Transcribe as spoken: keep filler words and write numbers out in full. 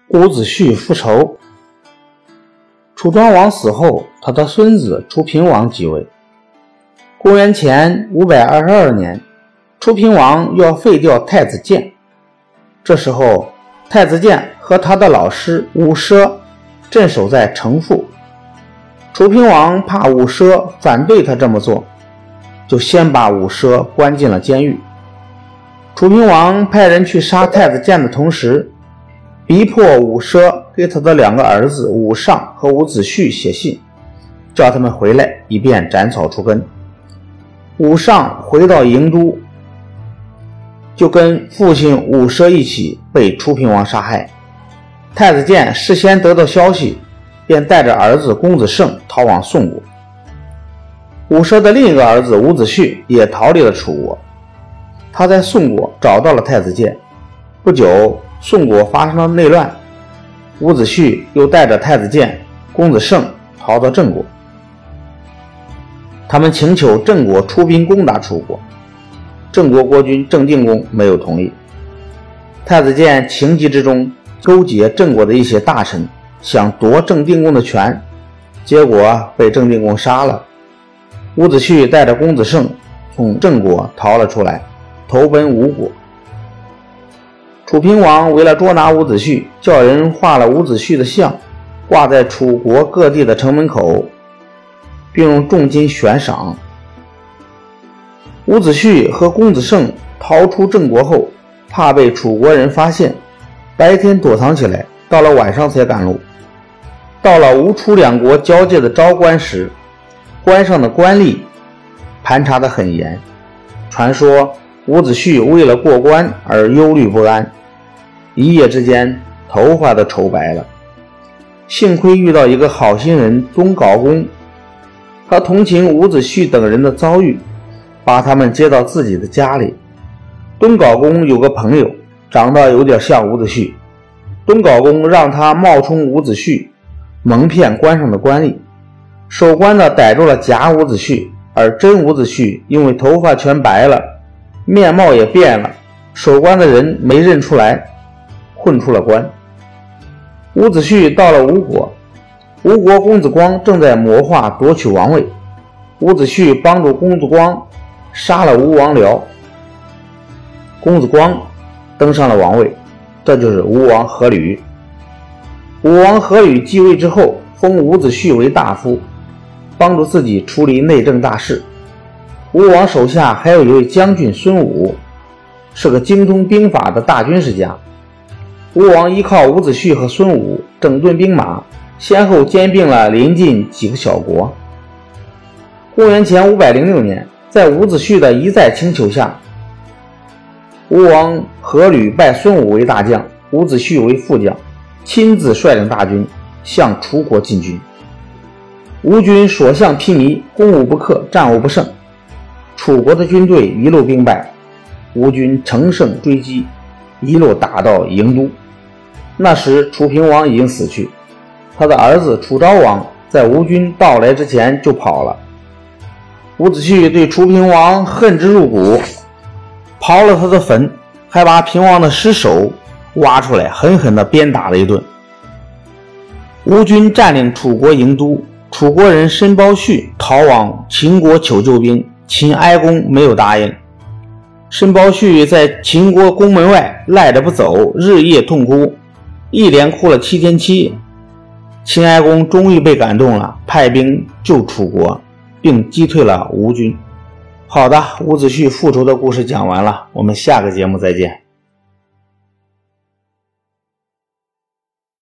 伍子胥复仇。楚庄王死后，他的孙子楚平王即位。公元前五百二十二年，楚平王要废掉太子建。这时候，太子建和他的老师伍奢镇守在城父。楚平王怕伍奢反对他这么做，就先把伍奢关进了监狱。楚平王派人去杀太子建的同时，逼迫伍奢给他的两个儿子伍尚和伍子胥写信，叫他们回来，以便斩草除根。伍尚回到营都，就跟父亲伍奢一起被楚平王杀害。太子建事先得到消息，便带着儿子公子胜逃往宋国。伍奢的另一个儿子伍子胥也逃离了楚国，他在宋国找到了太子建。不久，宋国发生了内乱，伍子胥又带着太子建、公子胜逃到郑国。他们请求郑国出兵攻打楚国，郑国国君郑定公没有同意。太子建情急之中勾结郑国的一些大臣，想夺郑定公的权，结果被郑定公杀了。伍子胥带着公子胜从郑国逃了出来，投奔吴国。楚平王为了捉拿伍子胥，叫人画了伍子胥的像，挂在楚国各地的城门口，并用重金悬赏。伍子胥和公子胜逃出郑国后，怕被楚国人发现，白天躲藏起来，到了晚上才赶路。到了吴楚两国交界的昭关时，关上的官吏盘查得很严，传说伍子胥为了过关而忧虑不安，一夜之间头发都愁白了。幸亏遇到一个好心人东皋公，他同情伍子胥等人的遭遇，把他们接到自己的家里。东皋公有个朋友长得有点像伍子胥，东皋公让他冒充伍子胥，蒙骗关上的官吏。守关的逮住了假伍子胥，而真伍子胥因为头发全白了，面貌也变了，守关的人没认出来，混出了关。伍子胥到了吴国，吴国公子光正在谋划夺取王位，伍子胥帮助公子光杀了吴王僚，公子光登上了王位，这就是吴王阖闾。吴王阖闾继位之后，封伍子胥为大夫，帮助自己处理内政大事。吴王手下还有一位将军孙武，是个精通兵法的大军事家。吴王依靠伍子胥和孙武整顿兵马，先后兼并了邻近几个小国。公元前五百零六年，在伍子胥的一再请求下，吴王阖闾拜孙武为大将，伍子胥为副将，亲自率领大军向楚国进军。吴军所向披靡，攻无不克，战无不胜。楚国的军队一路兵败，吴军乘胜追击，一路打到营都。那时楚平王已经死去，他的儿子楚昭王在吴军到来之前就跑了。伍子胥对楚平王恨之入骨，刨了他的坟，还把平王的尸首挖出来狠狠地鞭打了一顿。吴军占领楚国营都，楚国人申包胥逃往秦国求救兵，秦哀公没有答应。申包胥在秦国宫门外赖着不走，日夜痛哭，一连哭了七天七夜。秦哀公终于被感动了，派兵救楚国，并击退了吴军。好的，伍子胥复仇的故事讲完了，我们下个节目再见。